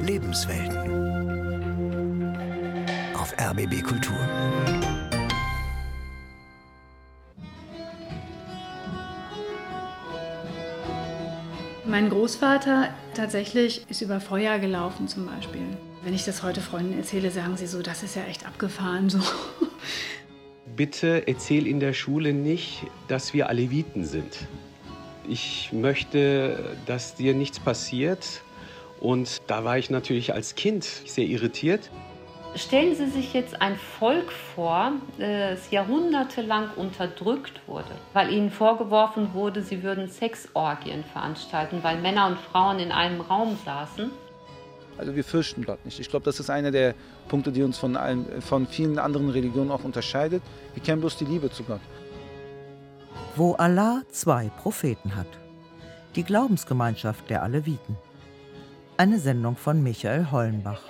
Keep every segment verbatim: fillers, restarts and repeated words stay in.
Lebenswelten. Auf R B B Kultur. Mein Großvater tatsächlich ist über Feuer gelaufen zum Beispiel. Wenn ich das heute Freunden erzähle, sagen sie so, das ist ja echt abgefahren so. Bitte erzähl in der Schule nicht, dass wir Aleviten sind. Ich möchte, dass dir nichts passiert. Und da war ich natürlich als Kind sehr irritiert. Stellen Sie sich jetzt ein Volk vor, das jahrhundertelang unterdrückt wurde, weil ihnen vorgeworfen wurde, sie würden Sexorgien veranstalten, weil Männer und Frauen in einem Raum saßen. Also wir fürchten Gott nicht. Ich glaube, das ist einer der Punkte, die uns von, allen, von vielen anderen Religionen auch unterscheidet. Wir kennen bloß die Liebe zu Gott. Wo Allah zwei Propheten hat. Die Glaubensgemeinschaft der Aleviten. Eine Sendung von Michael Hollenbach.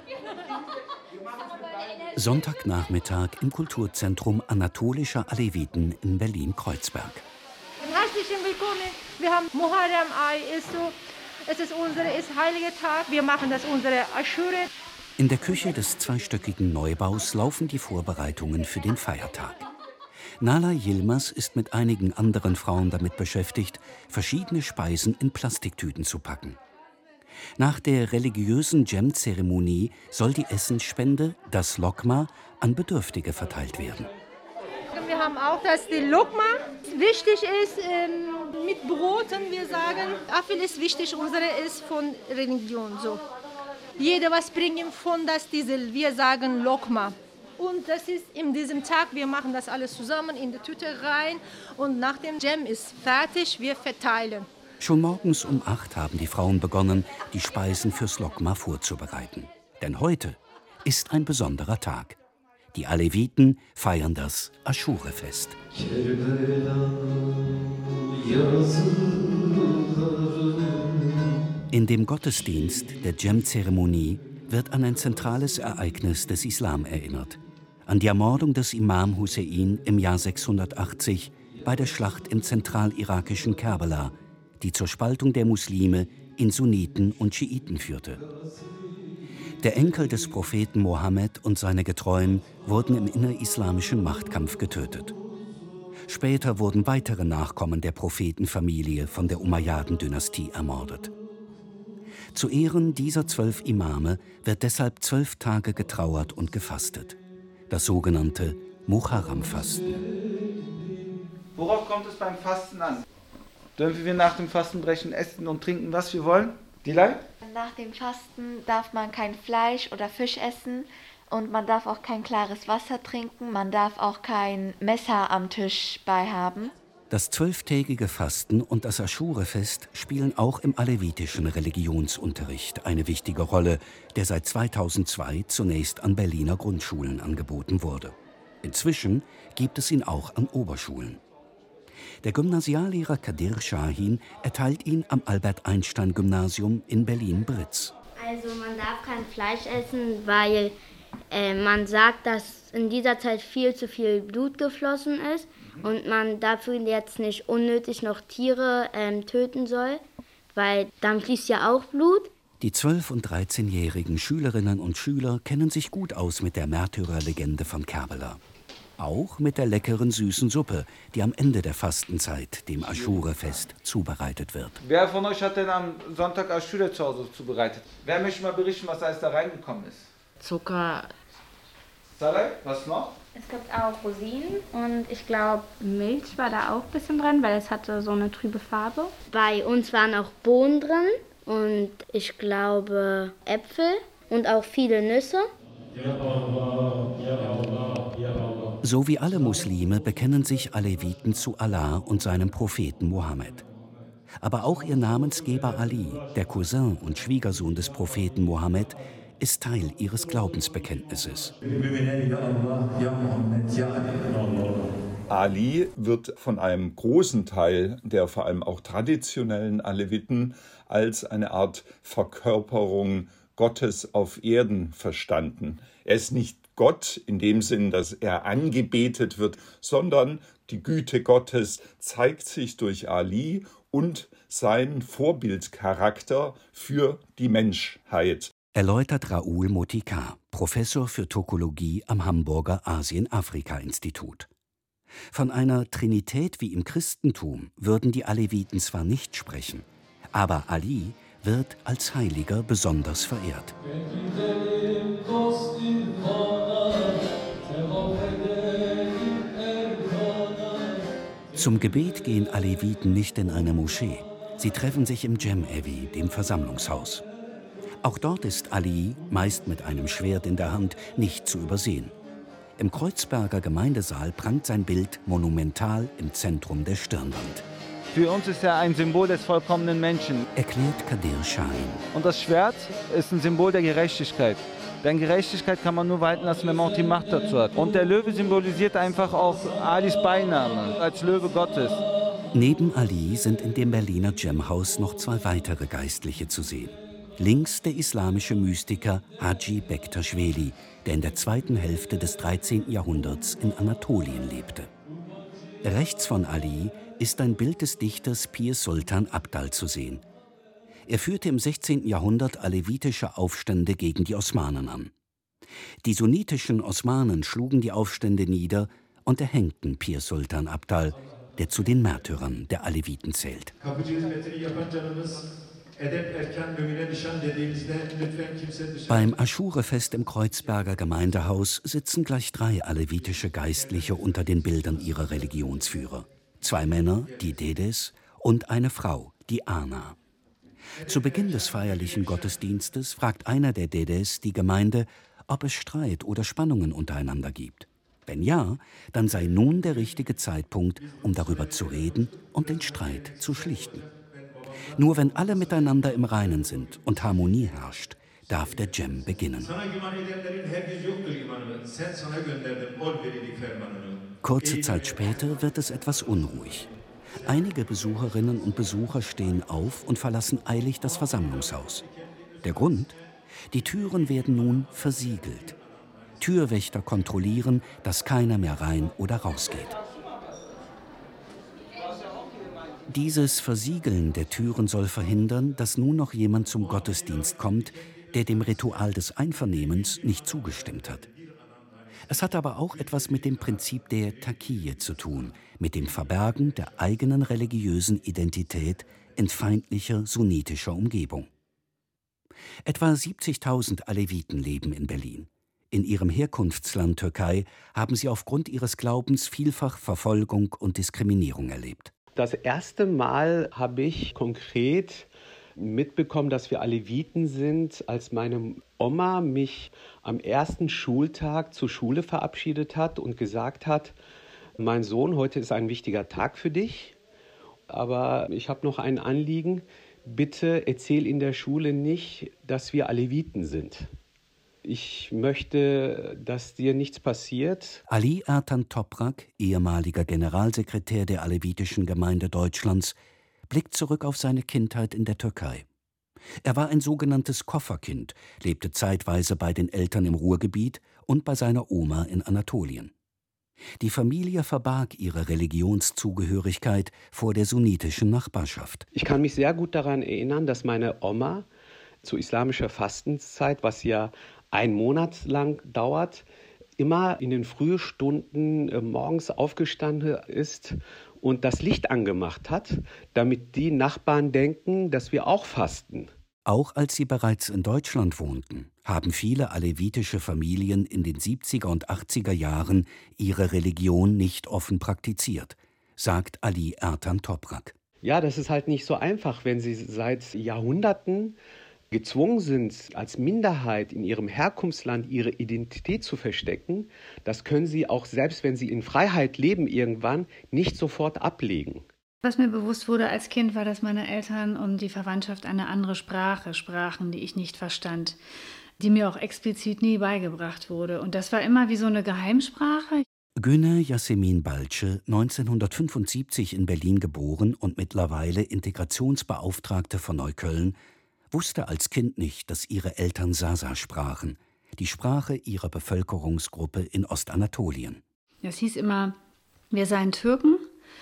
Sonntagnachmittag im Kulturzentrum Anatolischer Aleviten in Berlin-Kreuzberg. Herzlich willkommen. Wir haben Muharrem Ay, ist so, es ist unser ist heiliger Tag. Wir machen das unsere Aschure. In der Küche des zweistöckigen Neubaus laufen die Vorbereitungen für den Feiertag. Nala Yilmaz ist mit einigen anderen Frauen damit beschäftigt, verschiedene Speisen in Plastiktüten zu packen. Nach der religiösen Cem-Zeremonie soll die Essensspende, das Lokma, an Bedürftige verteilt werden. Wir haben auch, dass die Lokma wichtig ist, ähm, mit Broten, wir sagen, Apfel ist wichtig, unsere ist von Religion so. Jeder was bringen von das Diesel, wir sagen Lokma. Und das ist in diesem Tag, wir machen das alles zusammen in die Tüte rein und nach dem Cem ist fertig, wir verteilen. Schon morgens um acht haben die Frauen begonnen, die Speisen fürs Lokma vorzubereiten. Denn heute ist ein besonderer Tag. Die Aleviten feiern das Aschure-Fest. In dem Gottesdienst der Cem-Zeremonie wird an ein zentrales Ereignis des Islam erinnert. An die Ermordung des Imam Hussein im Jahr sechshundertachtzig bei der Schlacht im zentralirakischen Kerbala, die zur Spaltung der Muslime in Sunniten und Schiiten führte. Der Enkel des Propheten Mohammed und seine Getreuen wurden im innerislamischen Machtkampf getötet. Später wurden weitere Nachkommen der Prophetenfamilie von der Umayyaden-Dynastie ermordet. Zu Ehren dieser zwölf Imame wird deshalb zwölf Tage getrauert und gefastet. Das sogenannte Muharram-Fasten. Worauf kommt es beim Fasten an? Dürfen wir nach dem Fastenbrechen essen und trinken, was wir wollen? Dilay? Nach dem Fasten darf man kein Fleisch oder Fisch essen und man darf auch kein klares Wasser trinken. Man darf auch kein Messer am Tisch beihaben. Das zwölftägige Fasten und das Aschure-Fest spielen auch im alevitischen Religionsunterricht eine wichtige Rolle, der seit zweitausendzwei zunächst an Berliner Grundschulen angeboten wurde. Inzwischen gibt es ihn auch an Oberschulen. Der Gymnasiallehrer Kadir Shahin erteilt ihn am Albert-Einstein-Gymnasium in Berlin-Britz. Also man darf kein Fleisch essen, weil äh, man sagt, dass in dieser Zeit viel zu viel Blut geflossen ist und man dafür jetzt nicht unnötig noch Tiere äh, töten soll, weil dann fließt ja auch Blut. Die zwölf- und dreizehnjährigen Schülerinnen und Schüler kennen sich gut aus mit der Märtyrerlegende von Kerbala. Auch mit der leckeren süßen Suppe, die am Ende der Fastenzeit, dem Aschure-Fest, zubereitet wird. Wer von euch hat denn am Sonntag Aschure zu Hause zubereitet? Wer möchte mal berichten, was alles da reingekommen ist? Zucker. Salai, was noch? Es gibt auch Rosinen und ich glaube Milch war da auch ein bisschen drin, weil es hatte so eine trübe Farbe. Bei uns waren auch Bohnen drin und ich glaube Äpfel und auch viele Nüsse. So wie alle Muslime bekennen sich Aleviten zu Allah und seinem Propheten Mohammed. Aber auch ihr Namensgeber Ali, der Cousin und Schwiegersohn des Propheten Mohammed, ist Teil ihres Glaubensbekenntnisses. Ali wird von einem großen Teil der vor allem auch traditionellen Aleviten als eine Art Verkörperung Gottes auf Erden verstanden. Er ist nicht Gott in dem Sinn, dass er angebetet wird, sondern die Güte Gottes zeigt sich durch Ali und sein Vorbildcharakter für die Menschheit. erläutert Raoul Motika, Professor für Turkologie am Hamburger Asien-Afrika-Institut. Von einer Trinität wie im Christentum würden die Aleviten zwar nicht sprechen, aber Ali wird als Heiliger besonders verehrt. Zum Gebet gehen Aleviten nicht in eine Moschee. Sie treffen sich im Cem-Evi, dem Versammlungshaus. Auch dort ist Ali, meist mit einem Schwert in der Hand, nicht zu übersehen. Im Kreuzberger Gemeindesaal prangt sein Bild monumental im Zentrum der Stirnwand. Für uns ist er ein Symbol des vollkommenen Menschen, erklärt Kadir Shahin. Und das Schwert ist ein Symbol der Gerechtigkeit. Denn Gerechtigkeit kann man nur walten lassen, wenn man auch die Macht dazu hat. Und der Löwe symbolisiert einfach auch Alis Beiname als Löwe Gottes. Neben Ali sind in dem Berliner Cem-Haus noch zwei weitere Geistliche zu sehen. Links der islamische Mystiker Haji Bektaschwili, der in der zweiten Hälfte des dreizehnten Jahrhunderts in Anatolien lebte. Rechts von Ali ist ein Bild des Dichters Pir Sultan Abdal zu sehen. Er führte im sechzehnten Jahrhundert alevitische Aufstände gegen die Osmanen an. Die sunnitischen Osmanen schlugen die Aufstände nieder und erhängten Pir Sultan Abdal, der zu den Märtyrern der Aleviten zählt. Beim Aschure-Fest im Kreuzberger Gemeindehaus sitzen gleich drei alevitische Geistliche unter den Bildern ihrer Religionsführer. Zwei Männer, die Dedes, und eine Frau, die Ana. Zu Beginn des feierlichen Gottesdienstes fragt einer der Dedes die Gemeinde, ob es Streit oder Spannungen untereinander gibt. Wenn ja, dann sei nun der richtige Zeitpunkt, um darüber zu reden und den Streit zu schlichten. Nur wenn alle miteinander im Reinen sind und Harmonie herrscht, darf der Cem beginnen. Kurze Zeit später wird es etwas unruhig. Einige Besucherinnen und Besucher stehen auf und verlassen eilig das Versammlungshaus. Der Grund? Die Türen werden nun versiegelt. Türwächter kontrollieren, dass keiner mehr rein oder rausgeht. Dieses Versiegeln der Türen soll verhindern, dass nun noch jemand zum Gottesdienst kommt, der dem Ritual des Einvernehmens nicht zugestimmt hat. Es hat aber auch etwas mit dem Prinzip der Takiye zu tun, mit dem Verbergen der eigenen religiösen Identität in feindlicher sunnitischer Umgebung. Etwa siebzigtausend Aleviten leben in Berlin. In ihrem Herkunftsland Türkei haben sie aufgrund ihres Glaubens vielfach Verfolgung und Diskriminierung erlebt. Das erste Mal habe ich konkret mitbekommen, dass wir Aleviten sind, als meine Oma mich am ersten Schultag zur Schule verabschiedet hat und gesagt hat, mein Sohn, heute ist ein wichtiger Tag für dich, aber ich habe noch ein Anliegen. Bitte erzähl in der Schule nicht, dass wir Aleviten sind. Ich möchte, dass dir nichts passiert. Ali Ertan Toprak, ehemaliger Generalsekretär der alevitischen Gemeinde Deutschlands, blickt zurück auf seine Kindheit in der Türkei. Er war ein sogenanntes Kofferkind, lebte zeitweise bei den Eltern im Ruhrgebiet und bei seiner Oma in Anatolien. Die Familie verbarg ihre Religionszugehörigkeit vor der sunnitischen Nachbarschaft. Ich kann mich sehr gut daran erinnern, dass meine Oma zu islamischer Fastenzeit, was ja ein Monat lang dauert, immer in den frühen Stunden äh, morgens aufgestanden ist und das Licht angemacht hat, damit die Nachbarn denken, dass wir auch fasten. Auch als sie bereits in Deutschland wohnten, haben viele alevitische Familien in den siebziger und achtziger Jahren ihre Religion nicht offen praktiziert, sagt Ali Ertan Toprak. Ja, das ist halt nicht so einfach, wenn sie seit Jahrhunderten gezwungen sind, als Minderheit in ihrem Herkunftsland ihre Identität zu verstecken. Das können sie auch, selbst wenn sie in Freiheit leben, irgendwann nicht sofort ablegen. Was mir bewusst wurde als Kind, war, dass meine Eltern und die Verwandtschaft eine andere Sprache sprachen, die ich nicht verstand, die mir auch explizit nie beigebracht wurde. Und das war immer wie so eine Geheimsprache. Güne Yasemin Balce, neunzehnhundertfünfundsiebzig in Berlin geboren und mittlerweile Integrationsbeauftragte von Neukölln, wusste als Kind nicht, dass ihre Eltern Sasa sprachen, die Sprache ihrer Bevölkerungsgruppe in Ostanatolien. Es hieß immer, wir seien Türken,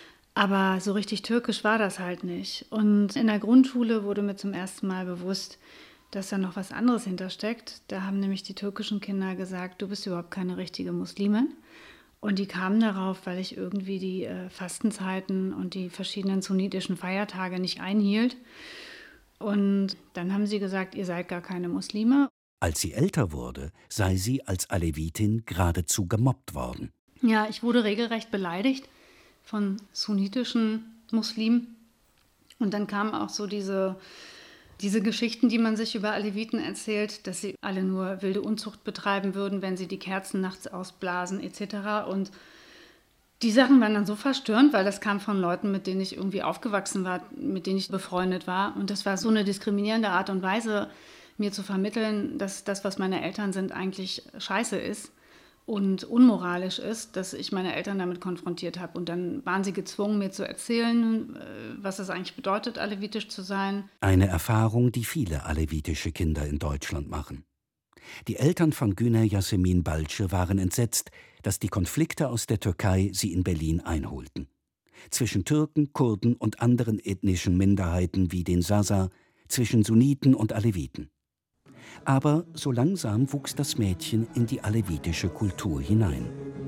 aber so richtig türkisch war das halt nicht. Und in der Grundschule wurde mir zum ersten Mal bewusst, dass da noch was anderes hintersteckt. Da haben nämlich die türkischen Kinder gesagt, du bist überhaupt keine richtige Muslimin. Und die kamen darauf, weil ich irgendwie die äh, Fastenzeiten und die verschiedenen sunnitischen Feiertage nicht einhielt. Und dann haben sie gesagt, ihr seid gar keine Muslime. Als sie älter wurde, sei sie als Alevitin geradezu gemobbt worden. Ja, ich wurde regelrecht beleidigt von sunnitischen Muslimen. Und dann kamen auch so diese, diese Geschichten, die man sich über Aleviten erzählt, dass sie alle nur wilde Unzucht betreiben würden, wenn sie die Kerzen nachts ausblasen et cetera. Und die Sachen waren dann so verstörend, weil das kam von Leuten, mit denen ich irgendwie aufgewachsen war, mit denen ich befreundet war. Und das war so eine diskriminierende Art und Weise, mir zu vermitteln, dass das, was meine Eltern sind, eigentlich scheiße ist und unmoralisch ist, dass ich meine Eltern damit konfrontiert habe. Und dann waren sie gezwungen, mir zu erzählen, was es eigentlich bedeutet, alevitisch zu sein. Eine Erfahrung, die viele alevitische Kinder in Deutschland machen. Die Eltern von Güner Yasemin Balce waren entsetzt, dass die Konflikte aus der Türkei sie in Berlin einholten. Zwischen Türken, Kurden und anderen ethnischen Minderheiten wie den Sasa, zwischen Sunniten und Aleviten. Aber so langsam wuchs das Mädchen in die alevitische Kultur hinein.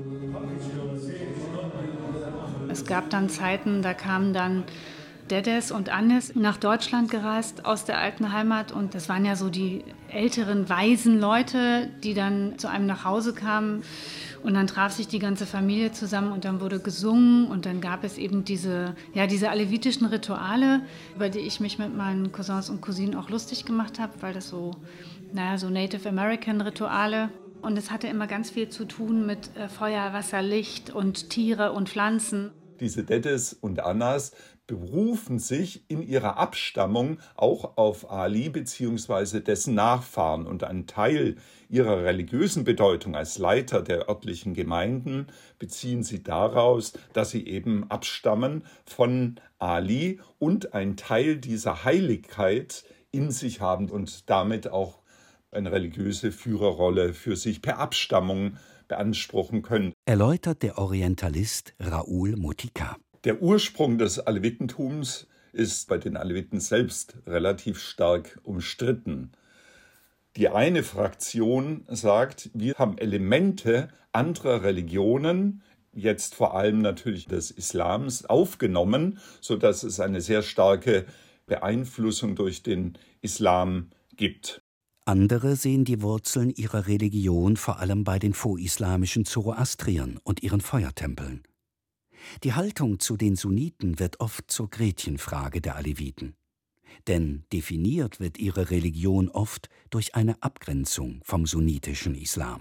Es gab dann Zeiten, da kamen dann Dedes und Annes nach Deutschland gereist aus der alten Heimat. Und das waren ja so die älteren, weisen Leute, die dann zu einem nach Hause kamen. Und dann traf sich die ganze Familie zusammen und dann wurde gesungen. Und dann gab es eben diese, ja, diese alevitischen Rituale, über die ich mich mit meinen Cousins und Cousinen auch lustig gemacht habe, weil das so, naja, so Native American Rituale. Und es hatte immer ganz viel zu tun mit äh, Feuer, Wasser, Licht und Tiere und Pflanzen. Diese Dedes und Annas berufen sich in ihrer Abstammung auch auf Ali bzw. dessen Nachfahren. Und ein Teil ihrer religiösen Bedeutung als Leiter der örtlichen Gemeinden beziehen sie daraus, dass sie eben abstammen von Ali und einen Teil dieser Heiligkeit in sich haben und damit auch eine religiöse Führerrolle für sich per Abstammung beanspruchen können. Erläutert der Orientalist Raoul Motika. Der Ursprung des Alevitentums ist bei den Aleviten selbst relativ stark umstritten. Die eine Fraktion sagt, wir haben Elemente anderer Religionen, jetzt vor allem natürlich des Islams, aufgenommen, sodass es eine sehr starke Beeinflussung durch den Islam gibt. Andere sehen die Wurzeln ihrer Religion vor allem bei den vorislamischen Zoroastriern und ihren Feuertempeln. Die Haltung zu den Sunniten wird oft zur Gretchenfrage der Aleviten. Denn definiert wird ihre Religion oft durch eine Abgrenzung vom sunnitischen Islam.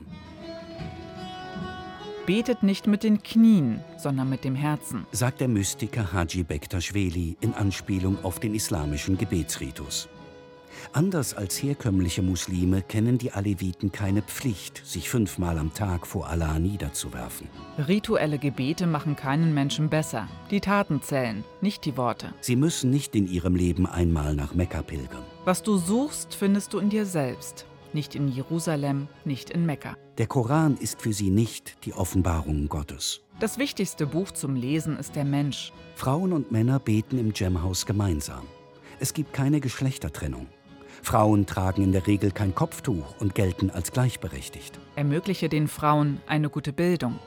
Betet nicht mit den Knien, sondern mit dem Herzen, sagt der Mystiker Haji Bektaschwili in Anspielung auf den islamischen Gebetsritus. Anders als herkömmliche Muslime kennen die Aleviten keine Pflicht, sich fünfmal am Tag vor Allah niederzuwerfen. Rituelle Gebete machen keinen Menschen besser. Die Taten zählen, nicht die Worte. Sie müssen nicht in ihrem Leben einmal nach Mekka pilgern. Was du suchst, findest du in dir selbst. Nicht in Jerusalem, nicht in Mekka. Der Koran ist für sie nicht die Offenbarung Gottes. Das wichtigste Buch zum Lesen ist der Mensch. Frauen und Männer beten im Dschemhaus gemeinsam. Es gibt keine Geschlechtertrennung. Frauen tragen in der Regel kein Kopftuch und gelten als gleichberechtigt. Ermögliche den Frauen eine gute Bildung.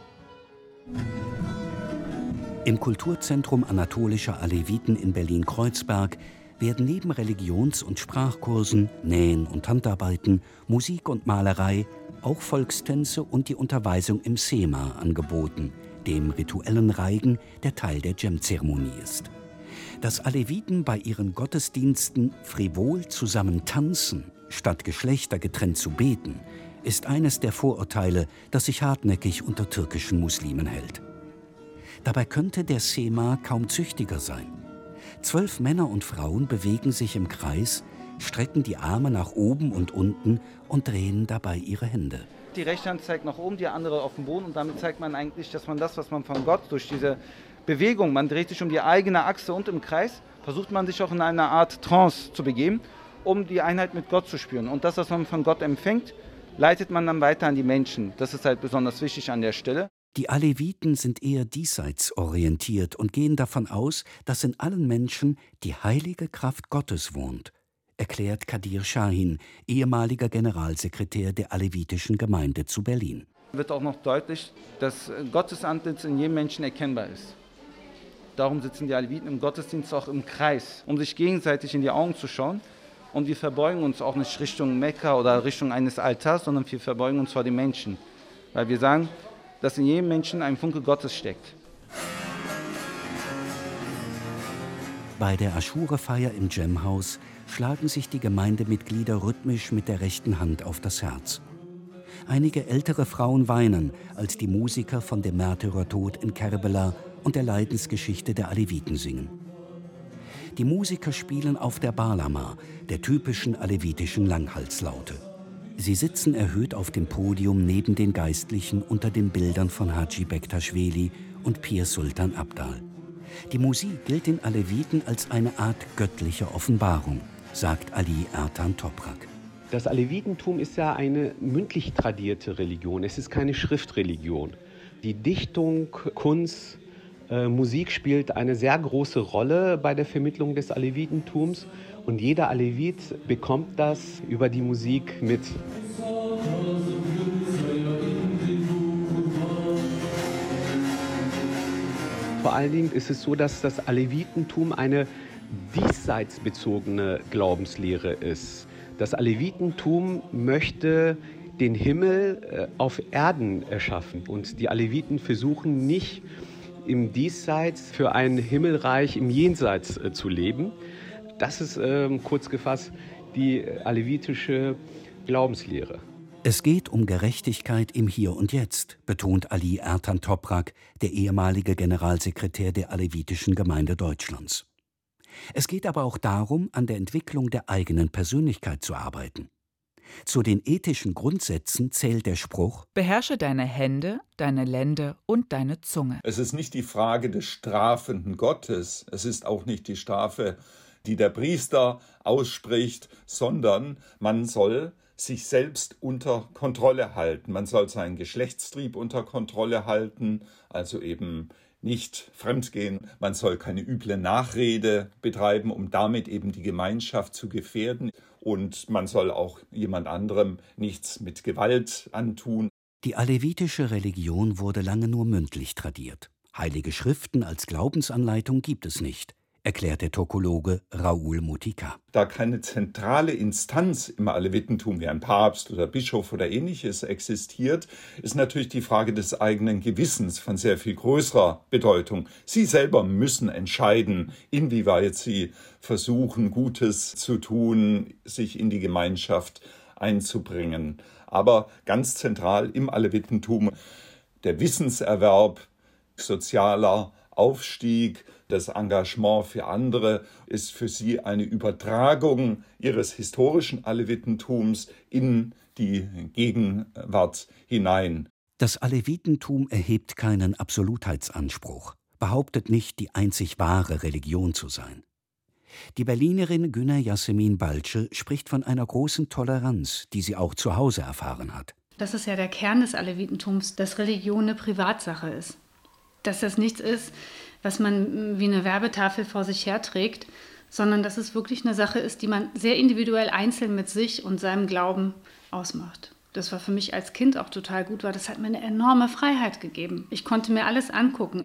Im Kulturzentrum anatolischer Aleviten in Berlin-Kreuzberg werden neben Religions- und Sprachkursen, Nähen und Handarbeiten, Musik und Malerei auch Volkstänze und die Unterweisung im Sema angeboten, dem rituellen Reigen, der Teil der Djem-Zeremonie ist. Dass Aleviten bei ihren Gottesdiensten frivol zusammen tanzen, statt geschlechtergetrennt zu beten, ist eines der Vorurteile, das sich hartnäckig unter türkischen Muslimen hält. Dabei könnte der Sema kaum züchtiger sein. Zwölf Männer und Frauen bewegen sich im Kreis, strecken die Arme nach oben und unten und drehen dabei ihre Hände. Die rechte Hand zeigt nach oben, die andere auf den Boden und damit zeigt man eigentlich, dass man das, was man von Gott durch diese Bewegung, man dreht sich um die eigene Achse und im Kreis, versucht man sich auch in eine Art Trance zu begeben, um die Einheit mit Gott zu spüren. Und das, was man von Gott empfängt, leitet man dann weiter an die Menschen. Das ist halt besonders wichtig an der Stelle. Die Aleviten sind eher diesseits orientiert und gehen davon aus, dass in allen Menschen die heilige Kraft Gottes wohnt, erklärt Kadir Shahin, ehemaliger Generalsekretär der alevitischen Gemeinde zu Berlin. Wird auch noch deutlich, dass Gottes Antlitz in jedem Menschen erkennbar ist. Darum sitzen die Aleviten im Gottesdienst auch im Kreis, um sich gegenseitig in die Augen zu schauen. Und wir verbeugen uns auch nicht Richtung Mekka oder Richtung eines Altars, sondern wir verbeugen uns vor den Menschen. Weil wir sagen, dass in jedem Menschen ein Funke Gottes steckt. Bei der Aschure-Feier im Djemhaus schlagen sich die Gemeindemitglieder rhythmisch mit der rechten Hand auf das Herz. Einige ältere Frauen weinen, als die Musiker von dem Märtyrertod in Kerbela und der Leidensgeschichte der Aleviten singen. Die Musiker spielen auf der Balama, der typischen alevitischen Langhalslaute. Sie sitzen erhöht auf dem Podium neben den Geistlichen unter den Bildern von Haji Bektaschwili und Pir Sultan Abdal. Die Musik gilt den Aleviten als eine Art göttlicher Offenbarung, sagt Ali Ertan Toprak. Das Alevitentum ist ja eine mündlich tradierte Religion. Es ist keine Schriftreligion. Die Dichtung, Kunst, äh, Musik spielt eine sehr große Rolle bei der Vermittlung des Alevitentums. Und jeder Alevit bekommt das über die Musik mit. Vor allen Dingen ist es so, dass das Alevitentum eine diesseitsbezogene Glaubenslehre ist. Das Alevitentum möchte den Himmel auf Erden erschaffen. Und die Aleviten versuchen nicht im Diesseits für ein Himmelreich im Jenseits zu leben. Das ist ähm, kurz gefasst die alevitische Glaubenslehre. Es geht um Gerechtigkeit im Hier und Jetzt, betont Ali Ertan Toprak, der ehemalige Generalsekretär der alevitischen Gemeinde Deutschlands. Es geht aber auch darum, an der Entwicklung der eigenen Persönlichkeit zu arbeiten. Zu den ethischen Grundsätzen zählt der Spruch: Beherrsche deine Hände, deine Lende und deine Zunge. Es ist nicht die Frage des strafenden Gottes, es ist auch nicht die Strafe, die der Priester ausspricht, sondern man soll sich selbst unter Kontrolle halten. Man soll seinen Geschlechtstrieb unter Kontrolle halten, also eben nicht fremdgehen. Man soll keine üble Nachrede betreiben, um damit eben die Gemeinschaft zu gefährden. Und man soll auch jemand anderem nichts mit Gewalt antun. Die alevitische Religion wurde lange nur mündlich tradiert. Heilige Schriften als Glaubensanleitung gibt es nicht, erklärt der Turkologe Raoul Mutika. Da keine zentrale Instanz im Alevitentum wie ein Papst oder Bischof oder ähnliches existiert, ist natürlich die Frage des eigenen Gewissens von sehr viel größerer Bedeutung. Sie selber müssen entscheiden, inwieweit sie versuchen, Gutes zu tun, sich in die Gemeinschaft einzubringen. Aber ganz zentral im Alevitentum der Wissenserwerb, sozialer Aufstieg, das Engagement für andere ist für sie eine Übertragung ihres historischen Alevitentums in die Gegenwart hinein. Das Alevitentum erhebt keinen Absolutheitsanspruch, behauptet nicht, die einzig wahre Religion zu sein. Die Berlinerin Güner Yasemin Balce spricht von einer großen Toleranz, die sie auch zu Hause erfahren hat. Das ist ja der Kern des Alevitentums, dass Religion eine Privatsache ist. Dass das nichts ist, was man wie eine Werbetafel vor sich herträgt, sondern dass es wirklich eine Sache ist, die man sehr individuell einzeln mit sich und seinem Glauben ausmacht. Das war für mich als Kind auch total gut, weil das hat mir eine enorme Freiheit gegeben. Ich konnte mir alles angucken.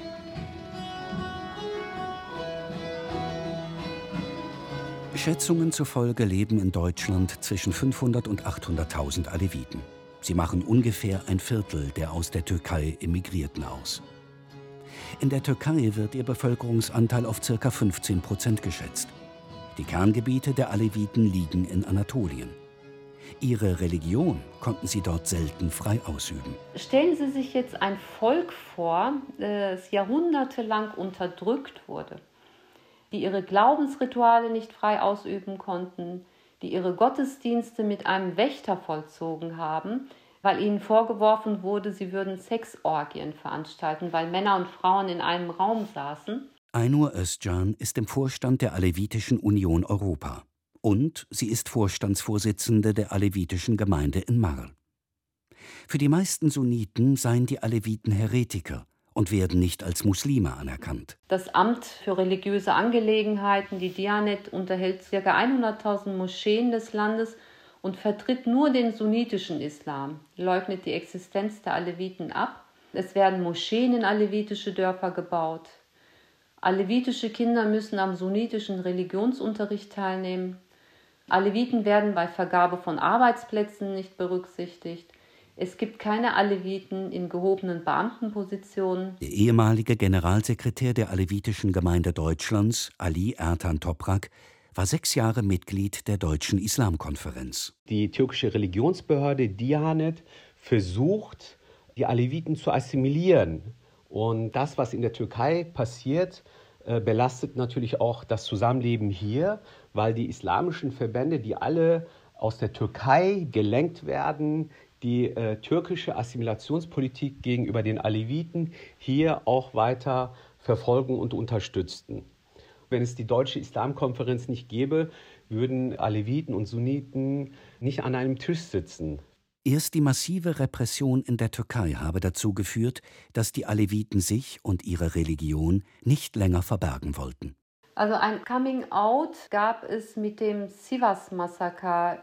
Schätzungen zufolge leben in Deutschland zwischen fünfhundert und achthunderttausend Aleviten. Sie machen ungefähr ein Viertel der aus der Türkei Emigrierten aus. In der Türkei wird ihr Bevölkerungsanteil auf ca. fünfzehn Prozent geschätzt. Die Kerngebiete der Aleviten liegen in Anatolien. Ihre Religion konnten sie dort selten frei ausüben. Stellen Sie sich jetzt ein Volk vor, das jahrhundertelang unterdrückt wurde, die ihre Glaubensrituale nicht frei ausüben konnten, die ihre Gottesdienste mit einem Wächter vollzogen haben, weil ihnen vorgeworfen wurde, sie würden Sexorgien veranstalten, weil Männer und Frauen in einem Raum saßen. Aynur Özcan ist im Vorstand der Alevitischen Union Europa und sie ist Vorstandsvorsitzende der Alevitischen Gemeinde in Marl. Für die meisten Sunniten seien die Aleviten Heretiker und werden nicht als Muslime anerkannt. Das Amt für religiöse Angelegenheiten, die Diyanet, unterhält ca. hunderttausend Moscheen des Landes und vertritt nur den sunnitischen Islam, leugnet die Existenz der Aleviten ab. Es werden Moscheen in alevitische Dörfer gebaut. Alevitische Kinder müssen am sunnitischen Religionsunterricht teilnehmen. Aleviten werden bei Vergabe von Arbeitsplätzen nicht berücksichtigt. Es gibt keine Aleviten in gehobenen Beamtenpositionen. Der ehemalige Generalsekretär der alevitischen Gemeinde Deutschlands, Ali Ertan Toprak, war sechs Jahre Mitglied der Deutschen Islamkonferenz. Die türkische Religionsbehörde Diyanet versucht, die Aleviten zu assimilieren. Und das, was in der Türkei passiert, belastet natürlich auch das Zusammenleben hier, weil die islamischen Verbände, die alle aus der Türkei gelenkt werden, die äh, türkische Assimilationspolitik gegenüber den Aleviten hier auch weiter verfolgen und unterstützten. Wenn es die Deutsche Islamkonferenz nicht gäbe, würden Aleviten und Sunniten nicht an einem Tisch sitzen. Erst die massive Repression in der Türkei habe dazu geführt, dass die Aleviten sich und ihre Religion nicht länger verbergen wollten. Also ein Coming-out gab es mit dem Sivas-Massaker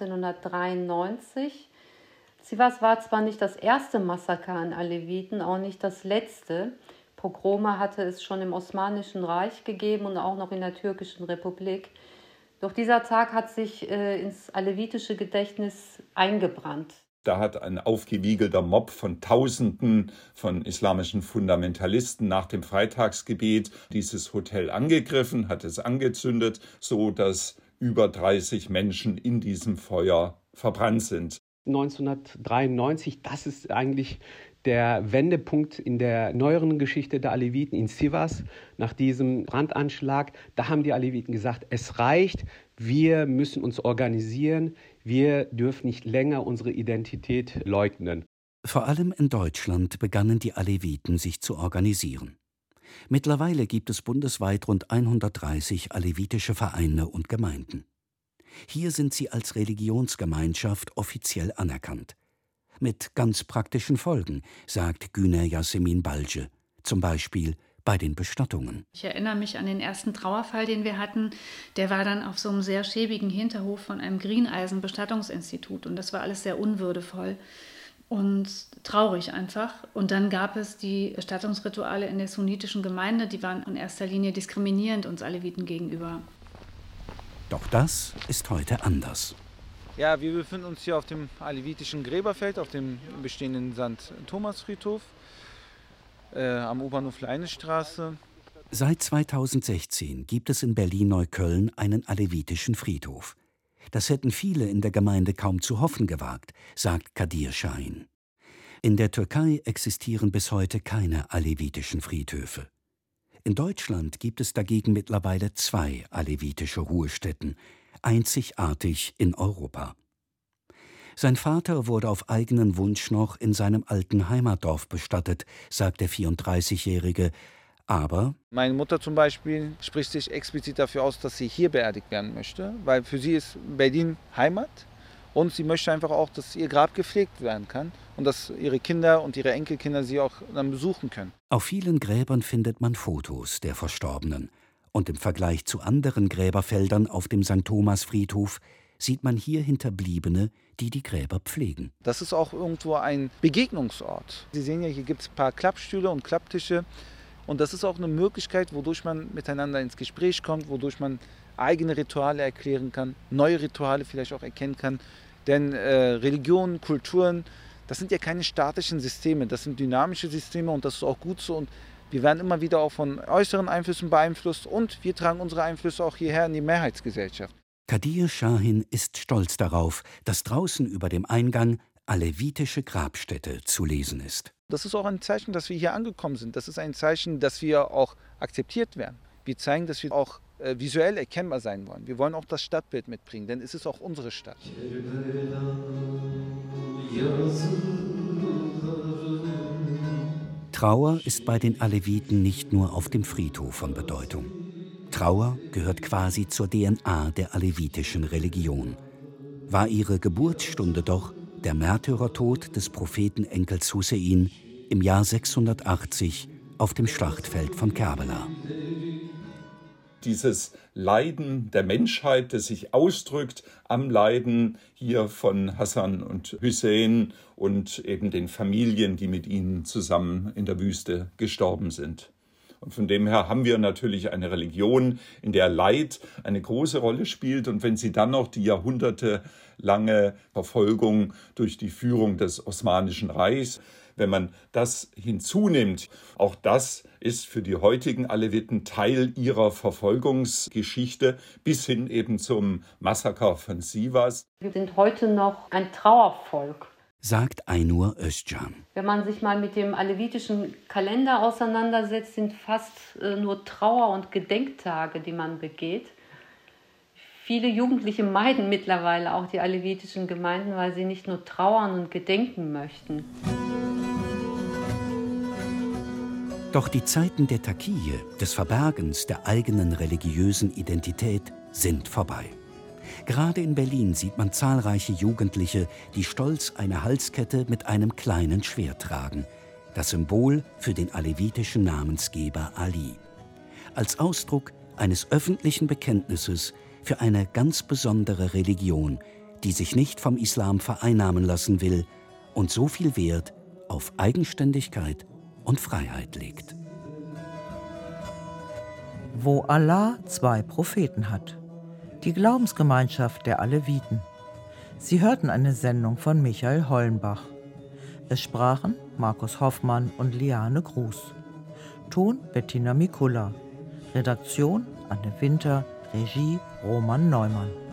neunzehnhundertdreiundneunzig. Sivas war zwar nicht das erste Massaker an Aleviten, auch nicht das letzte. Pogrome hatte es schon im Osmanischen Reich gegeben und auch noch in der Türkischen Republik. Doch dieser Tag hat sich äh, ins alevitische Gedächtnis eingebrannt. Da hat ein aufgewiegelter Mob von Tausenden von islamischen Fundamentalisten nach dem Freitagsgebet dieses Hotel angegriffen, hat es angezündet, so dass über dreißig Menschen in diesem Feuer verbrannt sind. neunzehnhundertdreiundneunzig, das ist eigentlich der Wendepunkt in der neueren Geschichte der Aleviten in Sivas. Nach diesem Brandanschlag, da haben die Aleviten gesagt, es reicht, wir müssen uns organisieren, wir dürfen nicht länger unsere Identität leugnen. Vor allem in Deutschland begannen die Aleviten sich zu organisieren. Mittlerweile gibt es bundesweit rund hundertdreißig alevitische Vereine und Gemeinden. Hier sind sie als Religionsgemeinschaft offiziell anerkannt. Mit ganz praktischen Folgen, sagt Güner Yasemin Balce, zum Beispiel bei den Bestattungen. Ich erinnere mich an den ersten Trauerfall, den wir hatten. Der war dann auf so einem sehr schäbigen Hinterhof von einem Grieneisen-Bestattungsinstitut. Und das war alles sehr unwürdevoll und traurig einfach. Und dann gab es die Bestattungsrituale in der sunnitischen Gemeinde. Die waren in erster Linie diskriminierend uns Aleviten gegenüber. Doch das ist heute anders. Ja, wir befinden uns hier auf dem alevitischen Gräberfeld, auf dem bestehenden Sankt Thomas-Friedhof äh, am U-Bahnhof Leinestraße. Seit zweitausendsechzehn gibt es in Berlin-Neukölln einen alevitischen Friedhof. Das hätten viele in der Gemeinde kaum zu hoffen gewagt, sagt Kadir Şahin. In der Türkei existieren bis heute keine alevitischen Friedhöfe. In Deutschland gibt es dagegen mittlerweile zwei alevitische Ruhestätten, einzigartig in Europa. Sein Vater wurde auf eigenen Wunsch noch in seinem alten Heimatdorf bestattet, sagt der vierunddreißigjährige. Aber meine Mutter zum Beispiel spricht sich explizit dafür aus, dass sie hier beerdigt werden möchte, weil für sie ist Berlin Heimat und sie möchte einfach auch, dass ihr Grab gepflegt werden kann und dass ihre Kinder und ihre Enkelkinder sie auch dann besuchen können. Auf vielen Gräbern findet man Fotos der Verstorbenen. Und im Vergleich zu anderen Gräberfeldern auf dem Sankt Thomas-Friedhof sieht man hier Hinterbliebene, die die Gräber pflegen. Das ist auch irgendwo ein Begegnungsort. Sie sehen ja, hier gibt es ein paar Klappstühle und Klapptische. Und das ist auch eine Möglichkeit, wodurch man miteinander ins Gespräch kommt, wodurch man eigene Rituale erklären kann, neue Rituale vielleicht auch erkennen kann. Denn äh, Religionen, Kulturen, das sind ja keine statischen Systeme, das sind dynamische Systeme und das ist auch gut so. Und wir werden immer wieder auch von äußeren Einflüssen beeinflusst und wir tragen unsere Einflüsse auch hierher in die Mehrheitsgesellschaft. Kadir Şahin ist stolz darauf, dass draußen über dem Eingang alevitische Grabstätte zu lesen ist. Das ist auch ein Zeichen, dass wir hier angekommen sind. Das ist ein Zeichen, dass wir auch akzeptiert werden. Wir zeigen, dass wir auch äh, visuell erkennbar sein wollen. Wir wollen auch das Stadtbild mitbringen, denn es ist auch unsere Stadt. Trauer ist bei den Aleviten nicht nur auf dem Friedhof von Bedeutung. Trauer gehört quasi zur D N A der alevitischen Religion. War ihre Geburtsstunde doch der Märtyrertod des Prophetenenkels Hussein im Jahr sechshundertachtzig auf dem Schlachtfeld von Kerbela. Dieses Leiden der Menschheit, das sich ausdrückt am Leiden hier von Hassan und Hussein und eben den Familien, die mit ihnen zusammen in der Wüste gestorben sind. Und von dem her haben wir natürlich eine Religion, in der Leid eine große Rolle spielt. Und wenn sie dann noch die jahrhundertelange Verfolgung durch die Führung des Osmanischen Reichs, wenn man das hinzunimmt, auch das ist für die heutigen Aleviten Teil ihrer Verfolgungsgeschichte bis hin eben zum Massaker von Sivas. Wir sind heute noch ein Trauervolk, sagt Aynur Özcan. Wenn man sich mal mit dem alevitischen Kalender auseinandersetzt, sind fast äh, nur Trauer- und Gedenktage, die man begeht. Viele Jugendliche meiden mittlerweile auch die alevitischen Gemeinden, weil sie nicht nur trauern und gedenken möchten. Doch die Zeiten der Taqiye, des Verbergens der eigenen religiösen Identität, sind vorbei. Gerade in Berlin sieht man zahlreiche Jugendliche, die stolz eine Halskette mit einem kleinen Schwert tragen. Das Symbol für den alevitischen Namensgeber Ali. Als Ausdruck eines öffentlichen Bekenntnisses für eine ganz besondere Religion, die sich nicht vom Islam vereinnahmen lassen will und so viel Wert auf Eigenständigkeit und Freiheit legt. Wo Allah zwei Propheten hat. Die Glaubensgemeinschaft der Aleviten. Sie hörten eine Sendung von Michael Hollenbach. Es sprachen Markus Hoffmann und Liane Gruß. Ton Bettina Mikula. Redaktion Anne Winter. Regie Roman Neumann.